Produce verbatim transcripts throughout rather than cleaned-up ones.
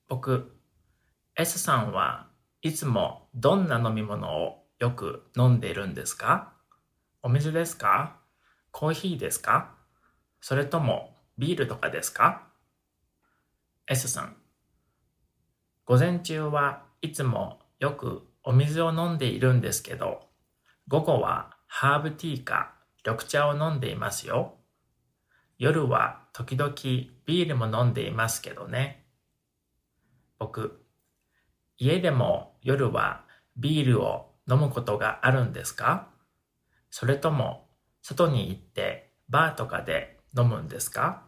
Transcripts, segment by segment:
僕、S さんはいつもどんな飲み物をよく飲んでいるんですか？お水ですか？コーヒーですか？それともビールとかですか？ S さん、午前中はいつもよくお水を飲んでいるんですけど、午後はハーブティーか緑茶を飲んでいますよ。夜は時々ビールも飲んでいますけどね。僕、家でも夜はビールを飲むことがあるんですか？それとも外に行ってバーとかで飲むんですか？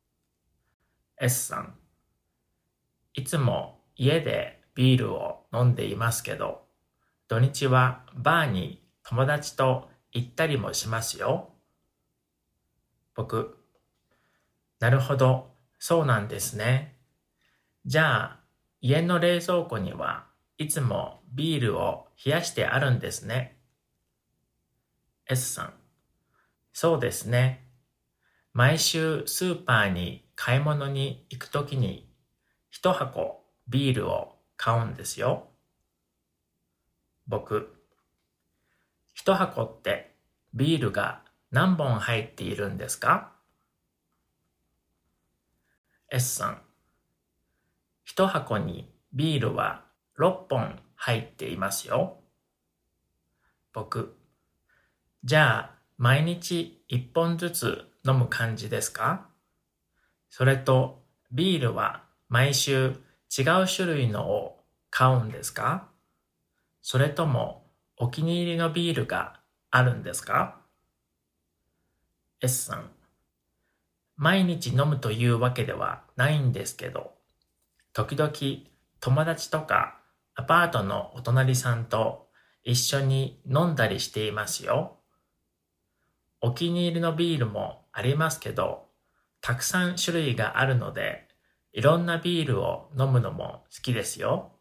S さん、いつも家でビールを飲んでいますけど、土日はバーに友達と行ったりもしますよ。僕、なるほど、そうなんですね。じゃあ、家の冷蔵庫にはいつもビールを冷やしてあるんですね。S さん、そうですね。毎週スーパーに買い物に行くときに一箱ビールを買うんですよ。僕、一箱ってビールが何本入っているんですか？ S さん、一箱にビールはろっぽん入っていますよ。僕、じゃあ毎日いっぽんずつ飲む感じですか？それとビールは毎週違う種類のを買うんですか？それともお気に入りのビールがあるんですか？ S さん、毎日飲むというわけではないんですけど、時々友達とかアパートのお隣さんと一緒に飲んだりしていますよ。お気に入りのビールもありますけど、たくさん種類があるので、いろんなビールを飲むのも好きですよ。